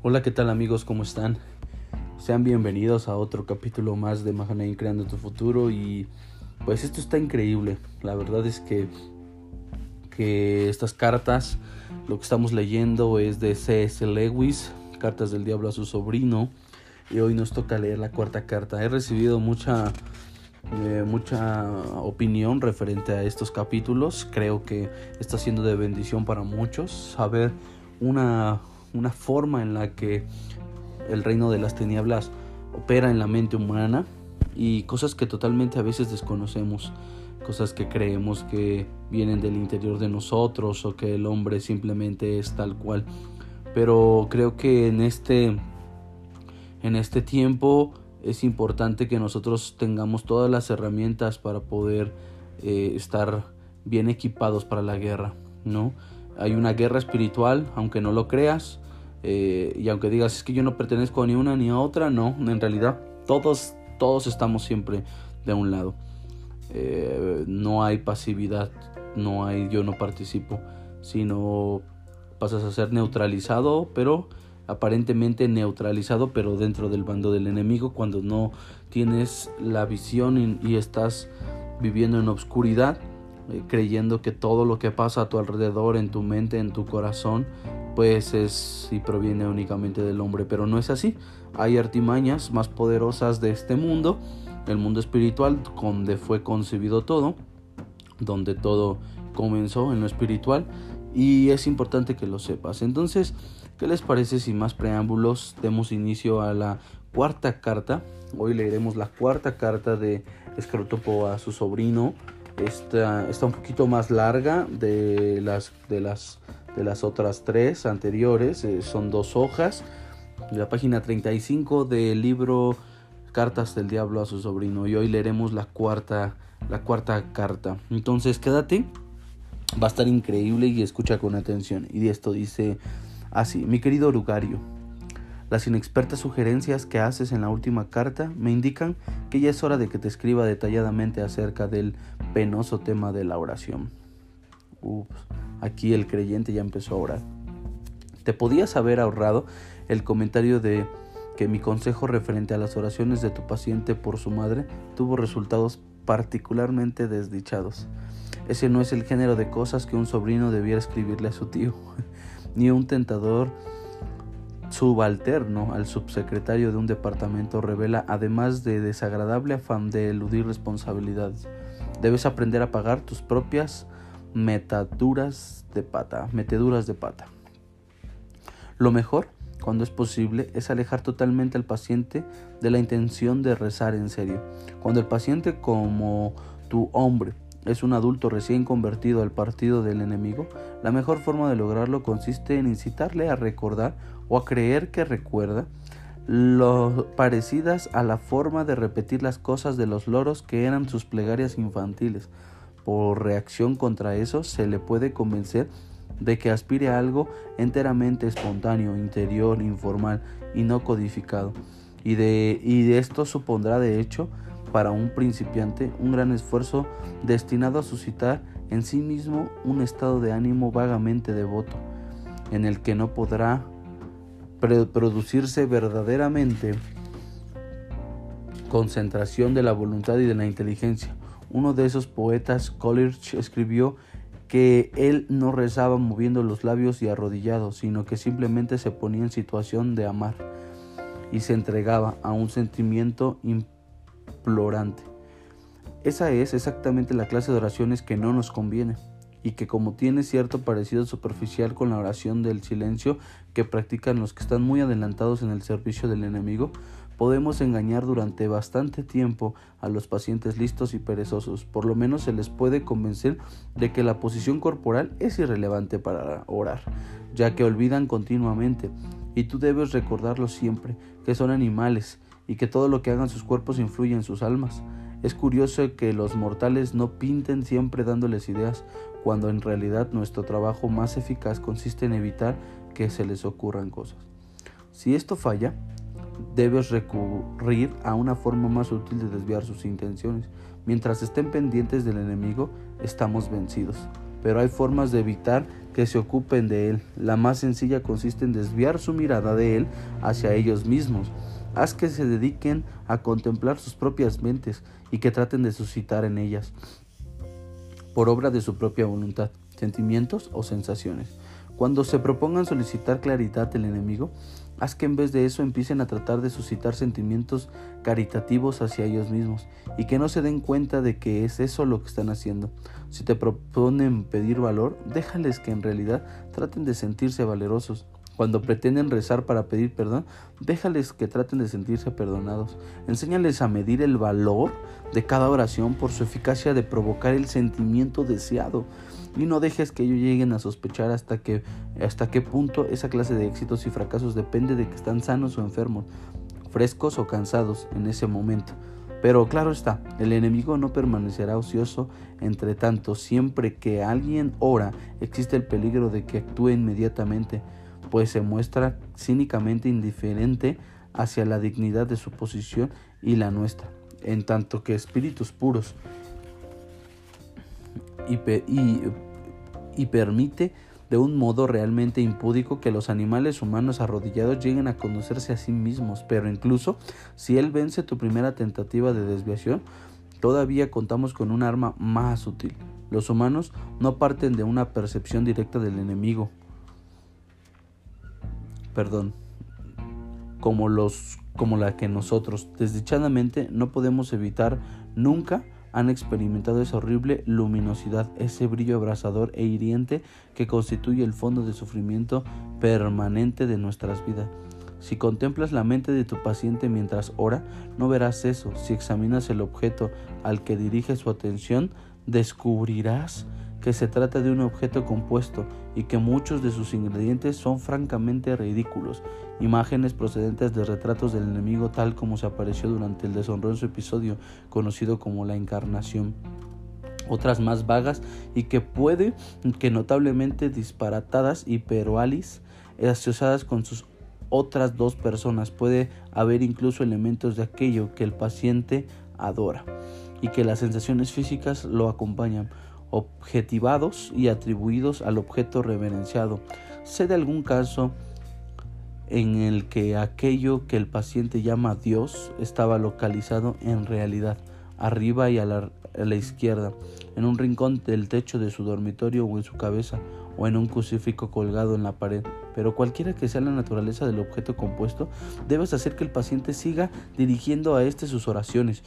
Hola, ¿qué tal amigos? ¿Cómo están? Sean bienvenidos a otro capítulo más de Mahanaim Creando tu Futuro. Y pues esto está increíble. La verdad es que estas cartas, lo que estamos leyendo es de C.S. Lewis, Cartas del Diablo a su sobrino. Y hoy nos toca leer la cuarta carta. He recibido mucha opinión referente a estos capítulos. Creo que está siendo de bendición para muchos saber una forma en la que el reino de las tinieblas opera en la mente humana y cosas que totalmente a veces desconocemos, cosas que creemos que vienen del interior de nosotros o que el hombre simplemente es tal cual. Pero creo que en este tiempo es importante que nosotros tengamos todas las herramientas para poder estar bien equipados para la guerra, ¿no? Hay una guerra espiritual, aunque no lo creas, y aunque digas es que yo no pertenezco a ni una ni a otra, no, en realidad todos estamos siempre de un lado. No hay pasividad, no hay yo no participo, sino pasas a ser neutralizado, pero aparentemente neutralizado, pero dentro del bando del enemigo, cuando no tienes la visión y estás viviendo en obscuridad, creyendo que todo lo que pasa a tu alrededor, en tu mente, en tu corazón, pues es y proviene únicamente del hombre. Pero no es así. Hay artimañas más poderosas de este mundo, el mundo espiritual, donde fue concebido todo, donde todo comenzó en lo espiritual, y es importante que lo sepas. Entonces, ¿qué les parece si más preámbulos demos inicio a la cuarta carta? Hoy leeremos la cuarta carta de Scrotopo a su sobrino. Está un poquito más larga de las otras tres anteriores. Son 2 hojas. La página 35 del libro Cartas del Diablo a su sobrino. Y hoy leeremos la cuarta carta. Entonces quédate. Va a estar increíble y escucha con atención. Y esto dice así: mi querido Orugario, las inexpertas sugerencias que haces en la última carta me indican que ya es hora de que te escriba detalladamente acerca del penoso tema de la oración. Aquí el creyente ya empezó a orar. Te podías haber ahorrado el comentario de que mi consejo referente a las oraciones de tu paciente por su madre tuvo resultados particularmente desdichados. Ese no es el género de cosas que un sobrino debiera escribirle a su tío, ni un tentador subalterno al subsecretario de un departamento revela, además de desagradable afán de eludir responsabilidades. Debes aprender a pagar tus propias meteduras de pata. Lo mejor, cuando es posible, es alejar totalmente al paciente de la intención de rezar en serio. Cuando el paciente, como tu hombre, es un adulto recién convertido al partido del enemigo, la mejor forma de lograrlo consiste en incitarle a recordar o a creer que recuerda lo parecidas a la forma de repetir las cosas de los loros que eran sus plegarias infantiles. Por reacción contra eso, se le puede convencer de que aspire a algo enteramente espontáneo, interior, informal y no codificado. Y de esto supondrá, de hecho, para un principiante, un gran esfuerzo destinado a suscitar en sí mismo un estado de ánimo vagamente devoto, en el que no podrá producirse verdaderamente concentración de la voluntad y de la inteligencia. Uno de esos poetas, Coleridge, escribió que él no rezaba moviendo los labios y arrodillado, sino que simplemente se ponía en situación de amar y se entregaba a un sentimiento implorante. Esa es exactamente la clase de oraciones que no nos conviene, y que, como tiene cierto parecido superficial con la oración del silencio que practican los que están muy adelantados en el servicio del enemigo, podemos engañar durante bastante tiempo a los pacientes listos y perezosos. Por lo menos se les puede convencer de que la posición corporal es irrelevante para orar, ya que olvidan continuamente, y tú debes recordarlos siempre, que son animales y que todo lo que hagan sus cuerpos influye en sus almas. Es curioso que los mortales no pinten siempre dándoles ideas, cuando en realidad nuestro trabajo más eficaz consiste en evitar que se les ocurran cosas. Si esto falla, debes recurrir a una forma más útil de desviar sus intenciones. Mientras estén pendientes del enemigo, estamos vencidos. Pero hay formas de evitar que se ocupen de él. La más sencilla consiste en desviar su mirada de él hacia ellos mismos. Haz que se dediquen a contemplar sus propias mentes y que traten de suscitar en ellas, por obra de su propia voluntad, sentimientos o sensaciones. Cuando se propongan solicitar claridad del enemigo, haz que en vez de eso empiecen a tratar de suscitar sentimientos caritativos hacia ellos mismos y que no se den cuenta de que es eso lo que están haciendo. Si te proponen pedir valor, déjales que en realidad traten de sentirse valerosos. Cuando pretenden rezar para pedir perdón, déjales que traten de sentirse perdonados. Enséñales a medir el valor de cada oración por su eficacia de provocar el sentimiento deseado. Y no dejes que ellos lleguen a sospechar hasta qué punto esa clase de éxitos y fracasos depende de que están sanos o enfermos, frescos o cansados en ese momento. Pero claro está, el enemigo no permanecerá ocioso. Entre tanto, siempre que alguien ora, existe el peligro de que actúe inmediatamente, pues se muestra cínicamente indiferente hacia la dignidad de su posición y la nuestra, en tanto que espíritus puros, y permite de un modo realmente impúdico que los animales humanos arrodillados lleguen a conocerse a sí mismos. Pero incluso si él vence tu primera tentativa de desviación, todavía contamos con un arma más útil. Los humanos no parten de una percepción directa del enemigo, como la que nosotros, desdichadamente, no podemos evitar nunca. Han experimentado esa horrible luminosidad, ese brillo abrasador e hiriente que constituye el fondo de sufrimiento permanente de nuestras vidas. Si contemplas la mente de tu paciente mientras ora, no verás eso. Si examinas el objeto al que dirige su atención, descubrirás que se trata de un objeto compuesto y que muchos de sus ingredientes son francamente ridículos, imágenes procedentes de retratos del enemigo tal como se apareció durante el deshonroso episodio conocido como la Encarnación. Otras más vagas y que puede que notablemente disparatadas y peroalis asociadas con sus otras dos personas. Puede haber incluso elementos de aquello que el paciente adora y que las sensaciones físicas lo acompañan, objetivados y atribuidos al objeto reverenciado. Sé de algún caso en el que aquello que el paciente llama Dios estaba localizado en realidad arriba y a la izquierda, en un rincón del techo de su dormitorio o en su cabeza, o en un crucifijo colgado en la pared. Pero cualquiera que sea la naturaleza del objeto compuesto, debes hacer que el paciente siga dirigiendo a sus oraciones,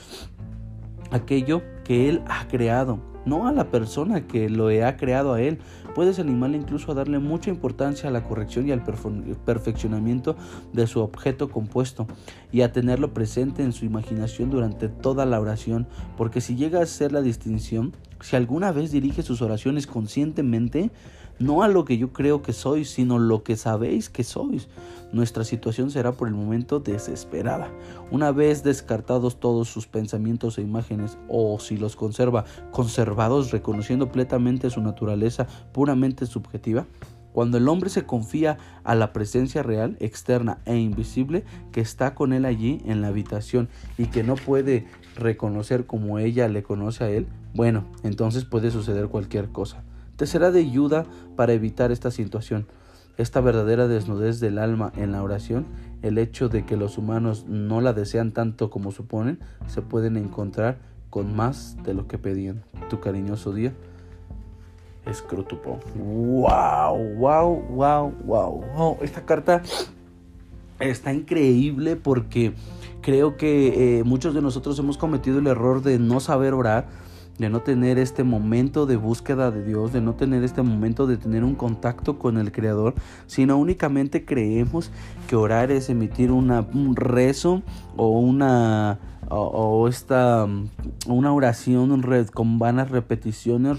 aquello que él ha creado, no a la persona que lo ha creado a él. Puedes animarle incluso a darle mucha importancia a la corrección y al perfeccionamiento de su objeto compuesto y a tenerlo presente en su imaginación durante toda la oración, porque si llega a ser la distinción, si alguna vez dirige sus oraciones conscientemente, no a lo que yo creo que sois, sino lo que sabéis que sois, nuestra situación será por el momento desesperada. Una vez descartados todos sus pensamientos e imágenes, o si los conservados, reconociendo plenamente su naturaleza puramente subjetiva, cuando el hombre se confía a la presencia real, externa e invisible que está con él allí en la habitación y que no puede reconocer como ella le conoce a él, bueno, entonces puede suceder cualquier cosa. Te será de ayuda para evitar esta situación, esta verdadera desnudez del alma en la oración. El hecho de que los humanos no la desean tanto como suponen, se pueden encontrar con más de lo que pedían. Tu cariñoso día, Scrotupo. ¡Wow! Esta carta está increíble porque creo que muchos de nosotros hemos cometido el error de no saber orar, de no tener este momento de búsqueda de Dios, de no tener este momento de tener un contacto con el Creador, sino únicamente creemos que orar es emitir un rezo o una oración con vanas repeticiones,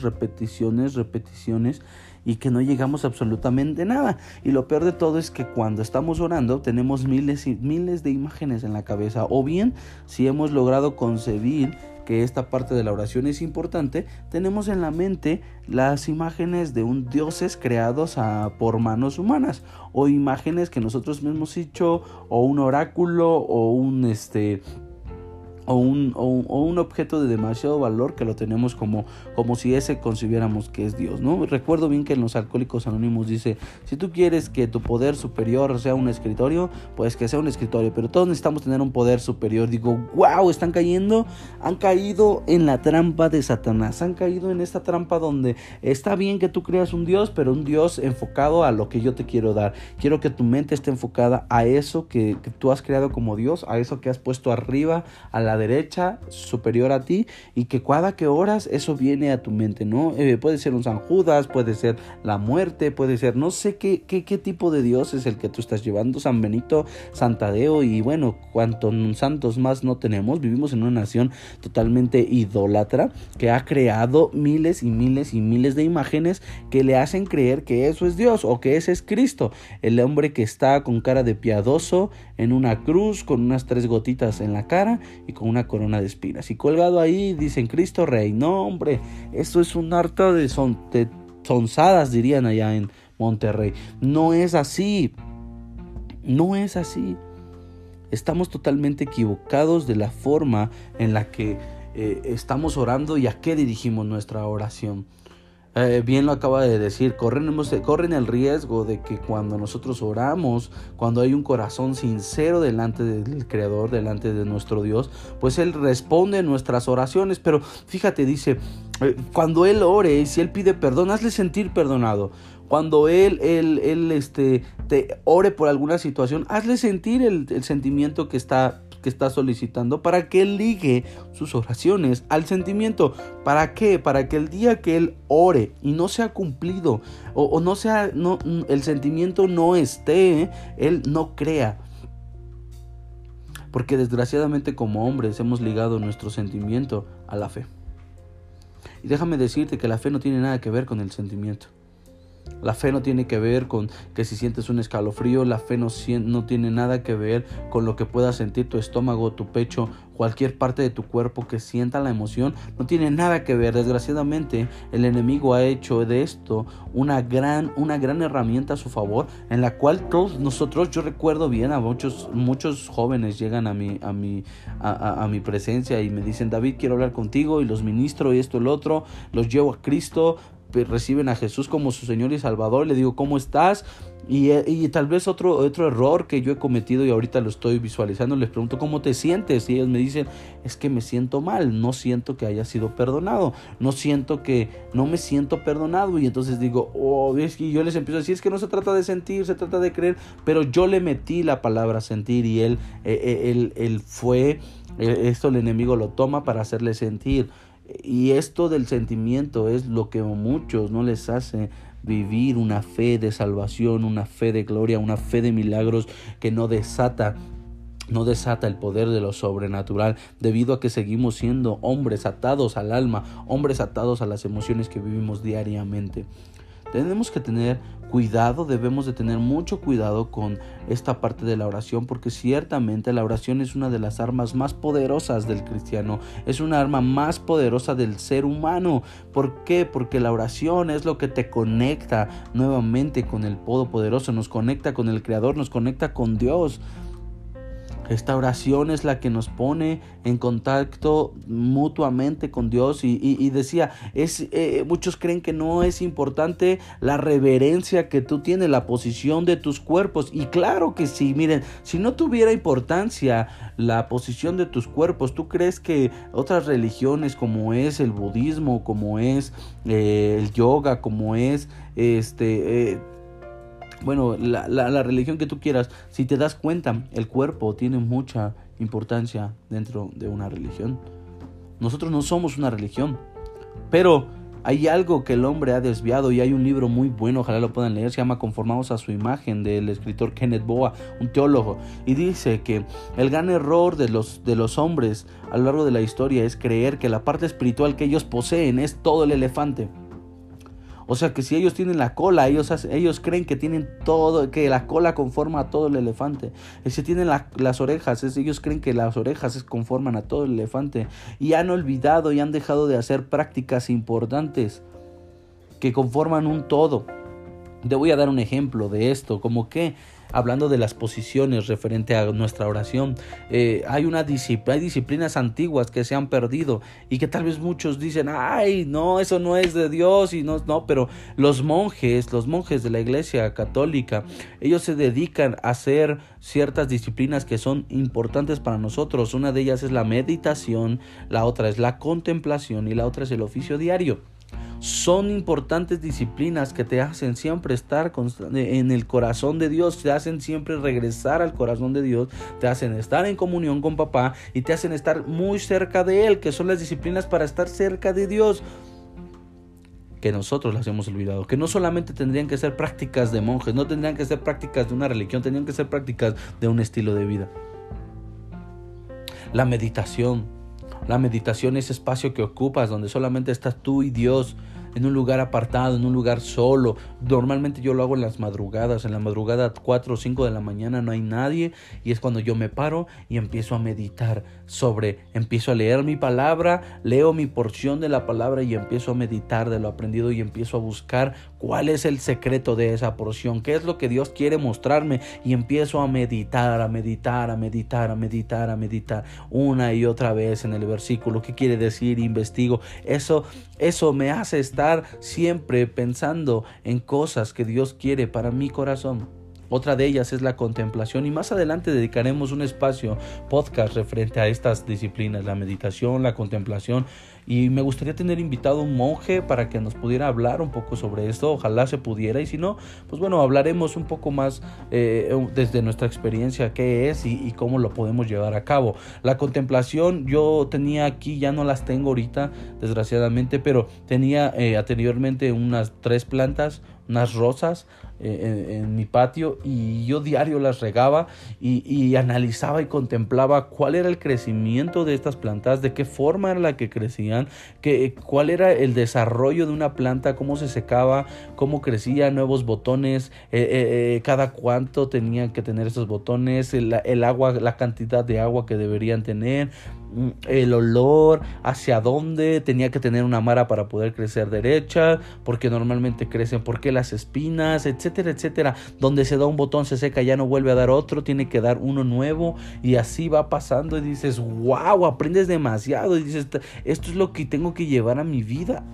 y que no llegamos absolutamente a nada. Y lo peor de todo es que cuando estamos orando tenemos miles y miles de imágenes en la cabeza, o bien si hemos logrado concebir que esta parte de la oración es importante, tenemos en la mente las imágenes de dioses creados por manos humanas, o imágenes que nosotros mismos hemos hecho, o un oráculo, o o un objeto de demasiado valor que lo tenemos como si ese concibiéramos que es Dios, ¿no? Recuerdo bien que en los Alcohólicos Anónimos dice, si tú quieres que tu poder superior sea un escritorio, pues que sea un escritorio, pero todos necesitamos tener un poder superior. Digo, wow, han caído en la trampa de Satanás, han caído en esta trampa donde está bien que tú creas un Dios, pero un Dios enfocado a lo que yo te quiero dar. Quiero que tu mente esté enfocada a eso que tú has creado como Dios, a eso que has puesto arriba, a la derecha, superior a ti, y que cada que oras eso viene a tu mente, ¿no? Puede ser un San Judas, puede ser la muerte, puede ser, no sé qué tipo de Dios es el que tú estás llevando, San Benito, San Tadeo, y bueno, cuantos santos más no tenemos. Vivimos en una nación totalmente idólatra que ha creado miles y miles y miles de imágenes que le hacen creer que eso es Dios o que ese es Cristo, el hombre que está con cara de piadoso en una cruz, con unas 3 gotitas en la cara y con una corona de espinas, y colgado ahí dicen Cristo Rey. No, hombre, eso es un harto de sonzadas, dirían allá en Monterrey. No es así, no es así. Estamos totalmente equivocados de la forma en la que estamos orando y a qué dirigimos nuestra oración. Bien lo acaba de decir, corren el riesgo de que cuando nosotros oramos, cuando hay un corazón sincero delante del Creador, delante de nuestro Dios, pues Él responde nuestras oraciones. Pero fíjate, dice, cuando Él ore, si Él pide perdón, hazle sentir perdonado. Cuando él te ore por alguna situación, hazle sentir el sentimiento que está solicitando, para que Él ligue sus oraciones al sentimiento. ¿Para qué? Para que el día que Él ore y no sea cumplido, o no sea, el sentimiento no esté, Él no crea. Porque desgraciadamente como hombres hemos ligado nuestro sentimiento a la fe. Y déjame decirte que la fe no tiene nada que ver con el sentimiento. La fe no tiene que ver con que si sientes un escalofrío. La fe no tiene nada que ver con lo que pueda sentir tu estómago, tu pecho, cualquier parte de tu cuerpo que sienta la emoción. No tiene nada que ver. Desgraciadamente el enemigo ha hecho de esto una gran herramienta a su favor, en la cual todos nosotros, yo recuerdo bien a muchos jóvenes llegan a mi presencia y me dicen, David, quiero hablar contigo, y los ministro y esto, el otro, los llevo a Cristo, reciben a Jesús como su Señor y Salvador. Le digo, ¿cómo estás? Y tal vez otro error que yo he cometido y ahorita lo estoy visualizando, les pregunto, ¿cómo te sientes? Y ellos me dicen, es que me siento mal, no siento que haya sido perdonado, no me siento perdonado. Y entonces digo, es que yo les empiezo a decir, es que no se trata de sentir, se trata de creer, pero yo le metí la palabra sentir, y él fue, esto el enemigo lo toma para hacerle sentir. Y esto del sentimiento es lo que a muchos no les hace vivir una fe de salvación, una fe de gloria, una fe de milagros que no desata el poder de lo sobrenatural, debido a que seguimos siendo hombres atados al alma, hombres atados a las emociones que vivimos diariamente. Tenemos que tener cuidado, debemos de tener mucho cuidado con esta parte de la oración, porque ciertamente la oración es una de las armas más poderosas del cristiano, es una arma más poderosa del ser humano. ¿Por qué? Porque la oración es lo que te conecta nuevamente con el Todopoderoso, nos conecta con el Creador, nos conecta con Dios. Esta oración es la que nos pone en contacto mutuamente con Dios, y decía, muchos creen que no es importante la reverencia que tú tienes, la posición de tus cuerpos, y claro que sí. Miren, si no tuviera importancia la posición de tus cuerpos, ¿tú crees que otras religiones, como es el budismo, como es el yoga, como es la religión que tú quieras, si te das cuenta, el cuerpo tiene mucha importancia dentro de una religión? Nosotros no somos una religión, pero hay algo que el hombre ha desviado, y hay un libro muy bueno, ojalá lo puedan leer, se llama Conformados a su imagen, del escritor Kenneth Boa, un teólogo, y dice que el gran error de los hombres a lo largo de la historia es creer que la parte espiritual que ellos poseen es todo el elefante. O sea, que si ellos tienen la cola, ellos creen que tienen todo, que la cola conforma a todo el elefante. Y si tienen las orejas, ellos creen que las orejas conforman a todo el elefante. Y han olvidado y han dejado de hacer prácticas importantes que conforman un todo. Te voy a dar un ejemplo de esto, como que hablando de las posiciones referente a nuestra oración, hay disciplinas antiguas que se han perdido y que tal vez muchos dicen, ay, no, eso no es de Dios y no, pero los monjes de la Iglesia Católica, ellos se dedican a hacer ciertas disciplinas que son importantes para nosotros. Una de ellas es la meditación, la otra es la contemplación y la otra es el oficio diario. Son importantes disciplinas que te hacen siempre estar en el corazón de Dios, te hacen siempre regresar al corazón de Dios, te hacen estar en comunión con papá y te hacen estar muy cerca de Él, que son las disciplinas para estar cerca de Dios, que nosotros las hemos olvidado, que no solamente tendrían que ser prácticas de monjes, no tendrían que ser prácticas de una religión, tendrían que ser prácticas de un estilo de vida. La meditación es espacio que ocupas, donde solamente estás tú y Dios, en un lugar apartado, en un lugar solo. Normalmente yo lo hago en las madrugadas. En la madrugada 4 o 5 de la mañana no hay nadie y es cuando yo me paro y empiezo a meditar empiezo a leer mi palabra, leo mi porción de la palabra y empiezo a meditar de lo aprendido y empiezo a buscar cuál es el secreto de esa porción, qué es lo que Dios quiere mostrarme, y empiezo a meditar una y otra vez en el versículo, qué quiere decir, investigo. Eso me hace estar siempre pensando en cosas que Dios quiere para mi corazón. Otra de ellas es la contemplación, y más adelante dedicaremos un espacio podcast referente a estas disciplinas, la meditación, la contemplación, y me gustaría tener invitado un monje para que nos pudiera hablar un poco sobre esto. Ojalá se pudiera, y si no, pues bueno, hablaremos un poco más desde nuestra experiencia qué es y cómo lo podemos llevar a cabo. La contemplación yo tenía aquí, ya no las tengo ahorita desgraciadamente, pero tenía anteriormente unas 3 plantas, unas rosas en mi patio, y yo diario las regaba y analizaba y contemplaba cuál era el crecimiento de estas plantas, de qué forma era la que crecían, cuál era el desarrollo de una planta, cómo se secaba, cómo crecía, nuevos botones, cada cuánto tenían que tener esos botones, el agua, la cantidad de agua que deberían tener, el olor, hacia dónde tenía que tener una mara para poder crecer derecha, porque normalmente crecen, porque las espinas, etcétera, etcétera. Donde se da un botón se seca, ya no vuelve a dar otro, tiene que dar uno nuevo, y así va pasando, y dices, wow, aprendes demasiado, y dices, esto es lo que tengo que llevar a mi vida.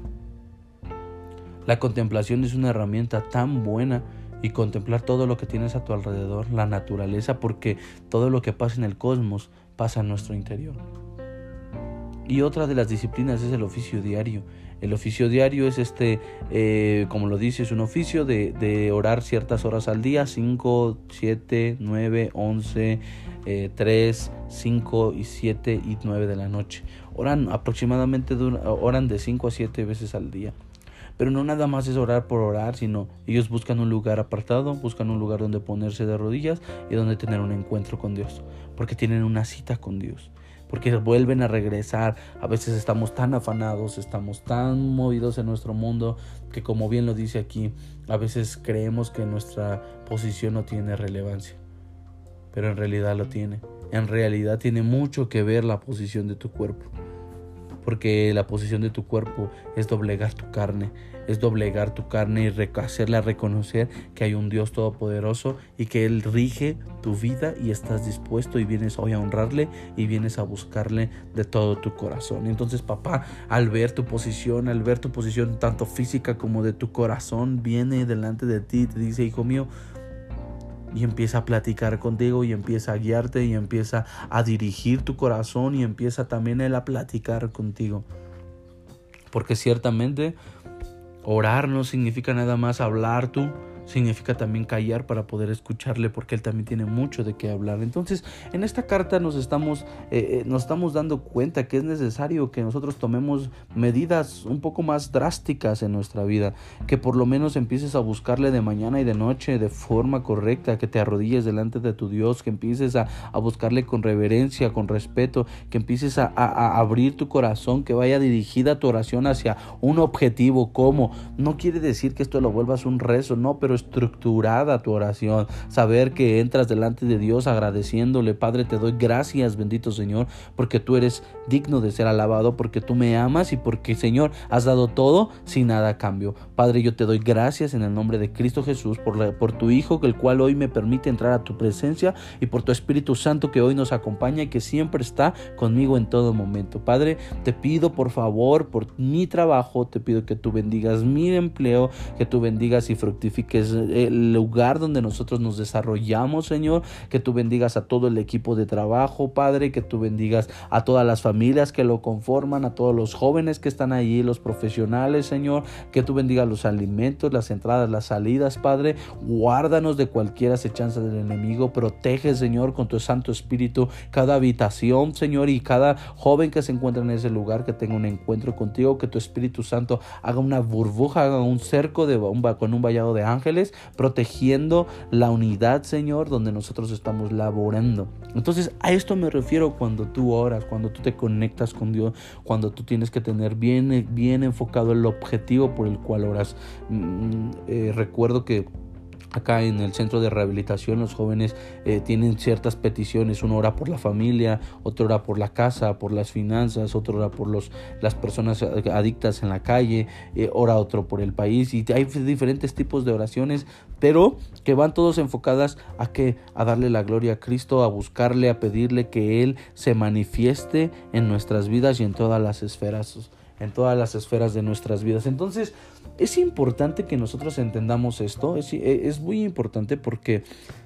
La contemplación es una herramienta tan buena, y contemplar todo lo que tienes a tu alrededor, la naturaleza, porque todo lo que pasa en el cosmos pasa en nuestro interior. Y otra de las disciplinas es el oficio diario. El oficio diario es como lo dice, es un oficio de orar ciertas horas al día, 5, 7, 9, 11, 3, 5 y 7 y 9 de la noche. Oran de 5 a 7 veces al día. Pero no nada más es orar por orar, sino ellos buscan un lugar apartado, buscan un lugar donde ponerse de rodillas y donde tener un encuentro con Dios, porque tienen una cita con Dios, porque vuelven a regresar. A veces estamos tan afanados, estamos tan movidos en nuestro mundo, que como bien lo dice aquí, a veces creemos que nuestra posición no tiene relevancia, pero en realidad lo tiene. En realidad tiene mucho que ver la posición de tu cuerpo, porque la posición de tu cuerpo es doblegar tu carne, y hacerla reconocer que hay un Dios todopoderoso y que Él rige tu vida, y estás dispuesto y vienes hoy a honrarle y vienes a buscarle de todo tu corazón. Entonces, papá, al ver tu posición tanto física como de tu corazón, viene delante de ti y te dice, hijo mío, y empieza a platicar contigo, y empieza a guiarte, y empieza a dirigir tu corazón, y empieza también Él a platicar contigo. Porque ciertamente orar no significa nada más hablar tú, significa también callar para poder escucharle, porque Él también tiene mucho de qué hablar. Entonces, en esta carta nos estamos dando cuenta que es necesario que nosotros tomemos medidas un poco más drásticas en nuestra vida, que por lo menos empieces a buscarle de mañana y de noche de forma correcta, que te arrodilles delante de tu Dios, que empieces a buscarle con reverencia, con respeto, que empieces a abrir tu corazón, que vaya dirigida tu oración hacia un objetivo. ¿Cómo? No quiere decir que esto lo vuelvas un rezo, no, pero estructurada tu oración, saber que entras delante de Dios agradeciéndole. Padre, te doy gracias, bendito Señor, porque tú eres digno de ser alabado, porque tú me amas y porque, Señor, has dado todo sin nada a cambio. Padre, yo te doy gracias en el nombre de Cristo Jesús por tu Hijo, el cual hoy me permite entrar a tu presencia, y por tu Espíritu Santo que hoy nos acompaña y que siempre está conmigo en todo momento. Padre, te pido por favor por mi trabajo, te pido que tú bendigas mi empleo, que tú bendigas y fructifiques el lugar donde nosotros nos desarrollamos, Señor, que tú bendigas a todo el equipo de trabajo, Padre, que tú bendigas a todas las familias que lo conforman, a todos los jóvenes que están allí, los profesionales, Señor, que tú bendigas los alimentos, las entradas, las salidas, Padre. Guárdanos de cualquier acechanza del enemigo, protege, Señor, con tu Santo Espíritu cada habitación, Señor, y cada joven que se encuentra en ese lugar, que tenga un encuentro contigo, que tu Espíritu Santo haga una burbuja, haga un cerco con un vallado de ángeles, protegiendo la unidad, Señor, donde nosotros estamos laborando. Entonces, a esto me refiero cuando tú oras, cuando tú te conectas con Dios, cuando tú tienes que tener bien enfocado el objetivo por el cual oras. Recuerdo que acá en el centro de rehabilitación los jóvenes tienen ciertas peticiones. Uno ora por la familia, otro ora por la casa, por las finanzas, otro ora por las personas adictas en la calle, ora otro por el país, y hay diferentes tipos de oraciones, pero que van todos enfocadas a darle la gloria a Cristo, a buscarle, a pedirle que Él se manifieste en nuestras vidas y en todas las esferas de nuestras vidas. Entonces, es importante que nosotros entendamos esto. Es muy importante porque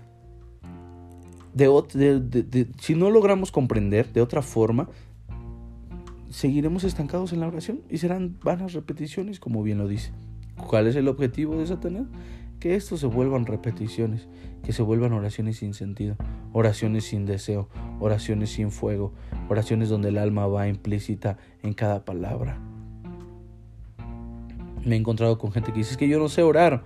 si no logramos comprender de otra forma, seguiremos estancados en la oración y serán vanas repeticiones, como bien lo dice. ¿Cuál es el objetivo de Satanás? Que esto se vuelvan repeticiones, que se vuelvan oraciones sin sentido, oraciones sin deseo, oraciones sin fuego, oraciones donde el alma va implícita en cada palabra. Me he encontrado con gente que dice: es que yo no sé orar.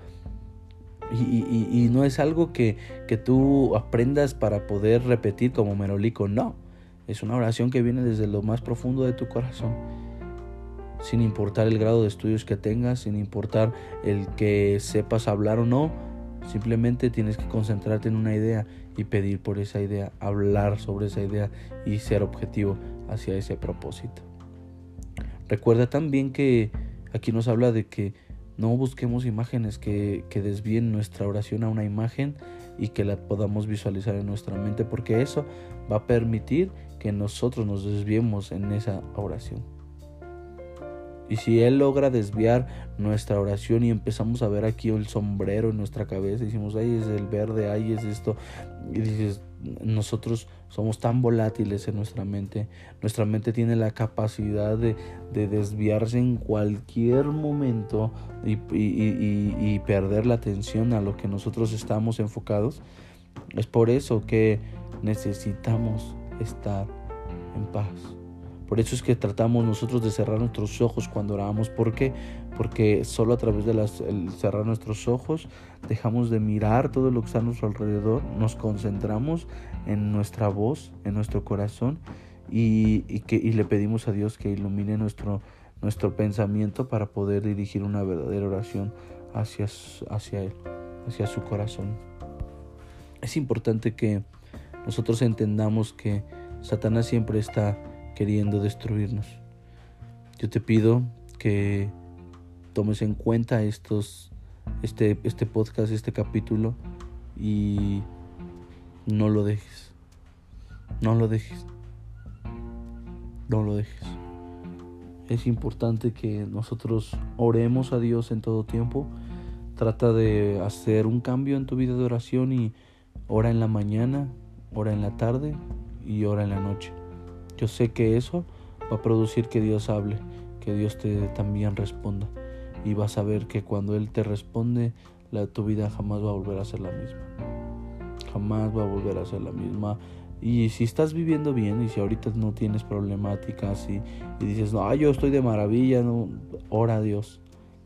Y no es algo que tú aprendas para poder repetir como merolico. No, es una oración que viene desde lo más profundo de tu corazón, sin importar el grado de estudios que tengas, sin importar el que sepas hablar o no. Simplemente tienes que concentrarte en una idea y pedir por esa idea, hablar sobre esa idea y ser objetivo hacia ese propósito. Recuerda también que aquí nos habla de que no busquemos imágenes que desvíen nuestra oración a una imagen y que la podamos visualizar en nuestra mente, porque eso va a permitir que nosotros nos desviemos en esa oración. Y si Él logra desviar nuestra oración y empezamos a ver aquí el sombrero en nuestra cabeza, y decimos: ahí es el verde, ahí es esto, y dices, nosotros somos tan volátiles en nuestra mente. Nuestra mente tiene la capacidad de desviarse en cualquier momento y perder la atención a lo que nosotros estamos enfocados. Es por eso que necesitamos estar en paz. Por eso es que tratamos nosotros de cerrar nuestros ojos cuando oramos. ¿Por qué? Porque solo a través de el cerrar nuestros ojos dejamos de mirar todo lo que está a nuestro alrededor, nos concentramos en nuestra voz, en nuestro corazón, y le pedimos a Dios que ilumine nuestro pensamiento para poder dirigir una verdadera oración hacia Él, hacia su corazón. Es importante que nosotros entendamos que Satanás siempre está queriendo destruirnos. Yo te pido que tomes en cuenta este podcast, este capítulo, y no lo dejes. Es importante que nosotros oremos a Dios en todo tiempo. Trata de hacer un cambio en tu vida de oración y ora en la mañana, ora en la tarde y ora en la noche. Yo sé que eso va a producir que Dios hable, que Dios te también responda, y vas a ver que cuando Él te responde, tu vida jamás va a volver a ser la misma. Jamás va a volver a ser la misma. Y si estás viviendo bien, y si ahorita no tienes problemáticas y dices: no, yo estoy de maravilla, no, ora a Dios,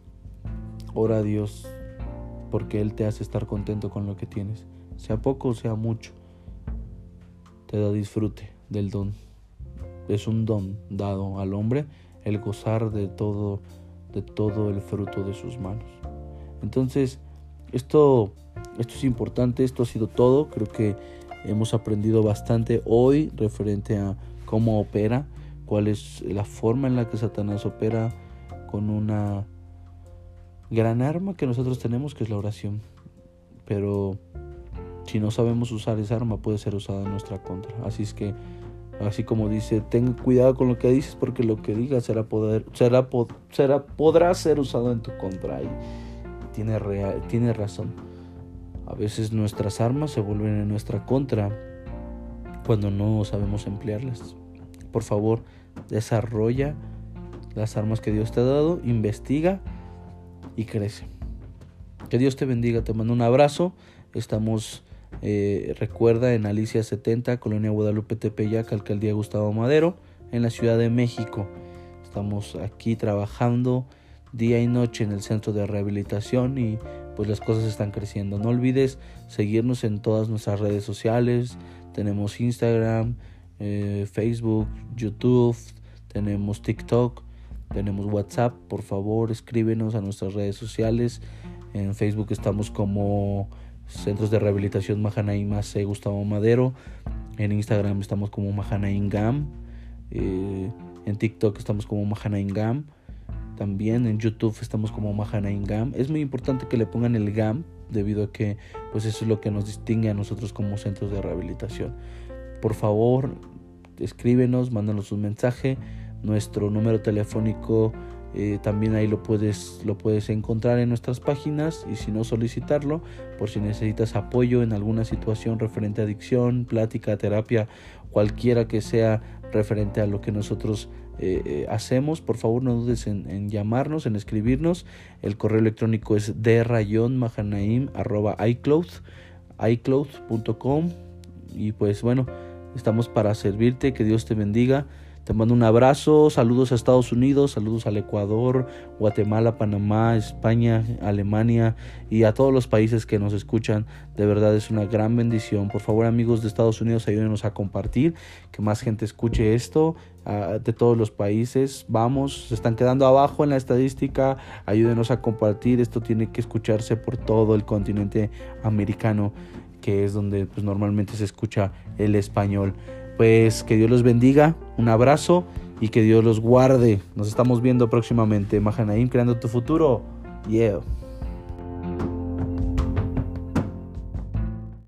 porque Él te hace estar contento con lo que tienes, sea poco o sea mucho. Te da disfrute del don. Es un don dado al hombre el gozar de todo el fruto de sus manos. Entonces, Esto es importante, esto ha sido todo. Creo que hemos aprendido bastante hoy referente a cómo opera, cuál es la forma en la que Satanás opera con una gran arma que nosotros tenemos, que es la oración. Pero si no sabemos usar esa arma, puede ser usada en nuestra contra. Así es que, así como dice, ten cuidado con lo que dices, porque lo que digas podrá ser usado en tu contra. Y tiene razón. A veces nuestras armas se vuelven en nuestra contra cuando no sabemos emplearlas. Por favor, desarrolla las armas que Dios te ha dado, investiga y crece. Que Dios te bendiga, te mando un abrazo. Estamos, recuerda, en Alicia 70, Colonia Guadalupe Tepeyac, Alcaldía Gustavo Madero, en la Ciudad de México. Estamos aquí trabajando día y noche en el centro de rehabilitación y pues las cosas están creciendo. No olvides seguirnos en todas nuestras redes sociales. Tenemos Instagram, Facebook, YouTube, tenemos TikTok, tenemos WhatsApp. Por favor, escríbenos a nuestras redes sociales. En Facebook estamos como Centros de Rehabilitación Mahanaim AC Gustavo Madero. En Instagram estamos como Mahanaim GAM. En TikTok estamos como Mahanaim GAM. También en YouTube estamos como Mahanaim GAM. Es muy importante que le pongan el GAM, debido a que pues eso es lo que nos distingue a nosotros como centros de rehabilitación. Por favor, escríbenos, mándanos un mensaje. Nuestro número telefónico también ahí lo puedes encontrar en nuestras páginas, y si no, solicitarlo por si necesitas apoyo en alguna situación referente a adicción, plática, terapia, cualquiera que sea referente a lo que nosotros hacemos. Por favor, no dudes en llamarnos, en escribirnos. El correo electrónico es drayonmahanaim@icloud.com. Y pues bueno, estamos para servirte. Que Dios te bendiga. Te mando un abrazo, saludos a Estados Unidos, saludos al Ecuador, Guatemala, Panamá, España, Alemania y a todos los países que nos escuchan. De verdad es una gran bendición. Por favor, amigos de Estados Unidos, ayúdenos a compartir, que más gente escuche esto, de todos los países. Vamos, se están quedando abajo en la estadística. Ayúdenos a compartir. Esto tiene que escucharse por todo el continente americano, que es donde pues normalmente se escucha el español. Pues que Dios los bendiga, un abrazo y que Dios los guarde. Nos estamos viendo próximamente. Mahanaim, creando tu futuro. Yeah.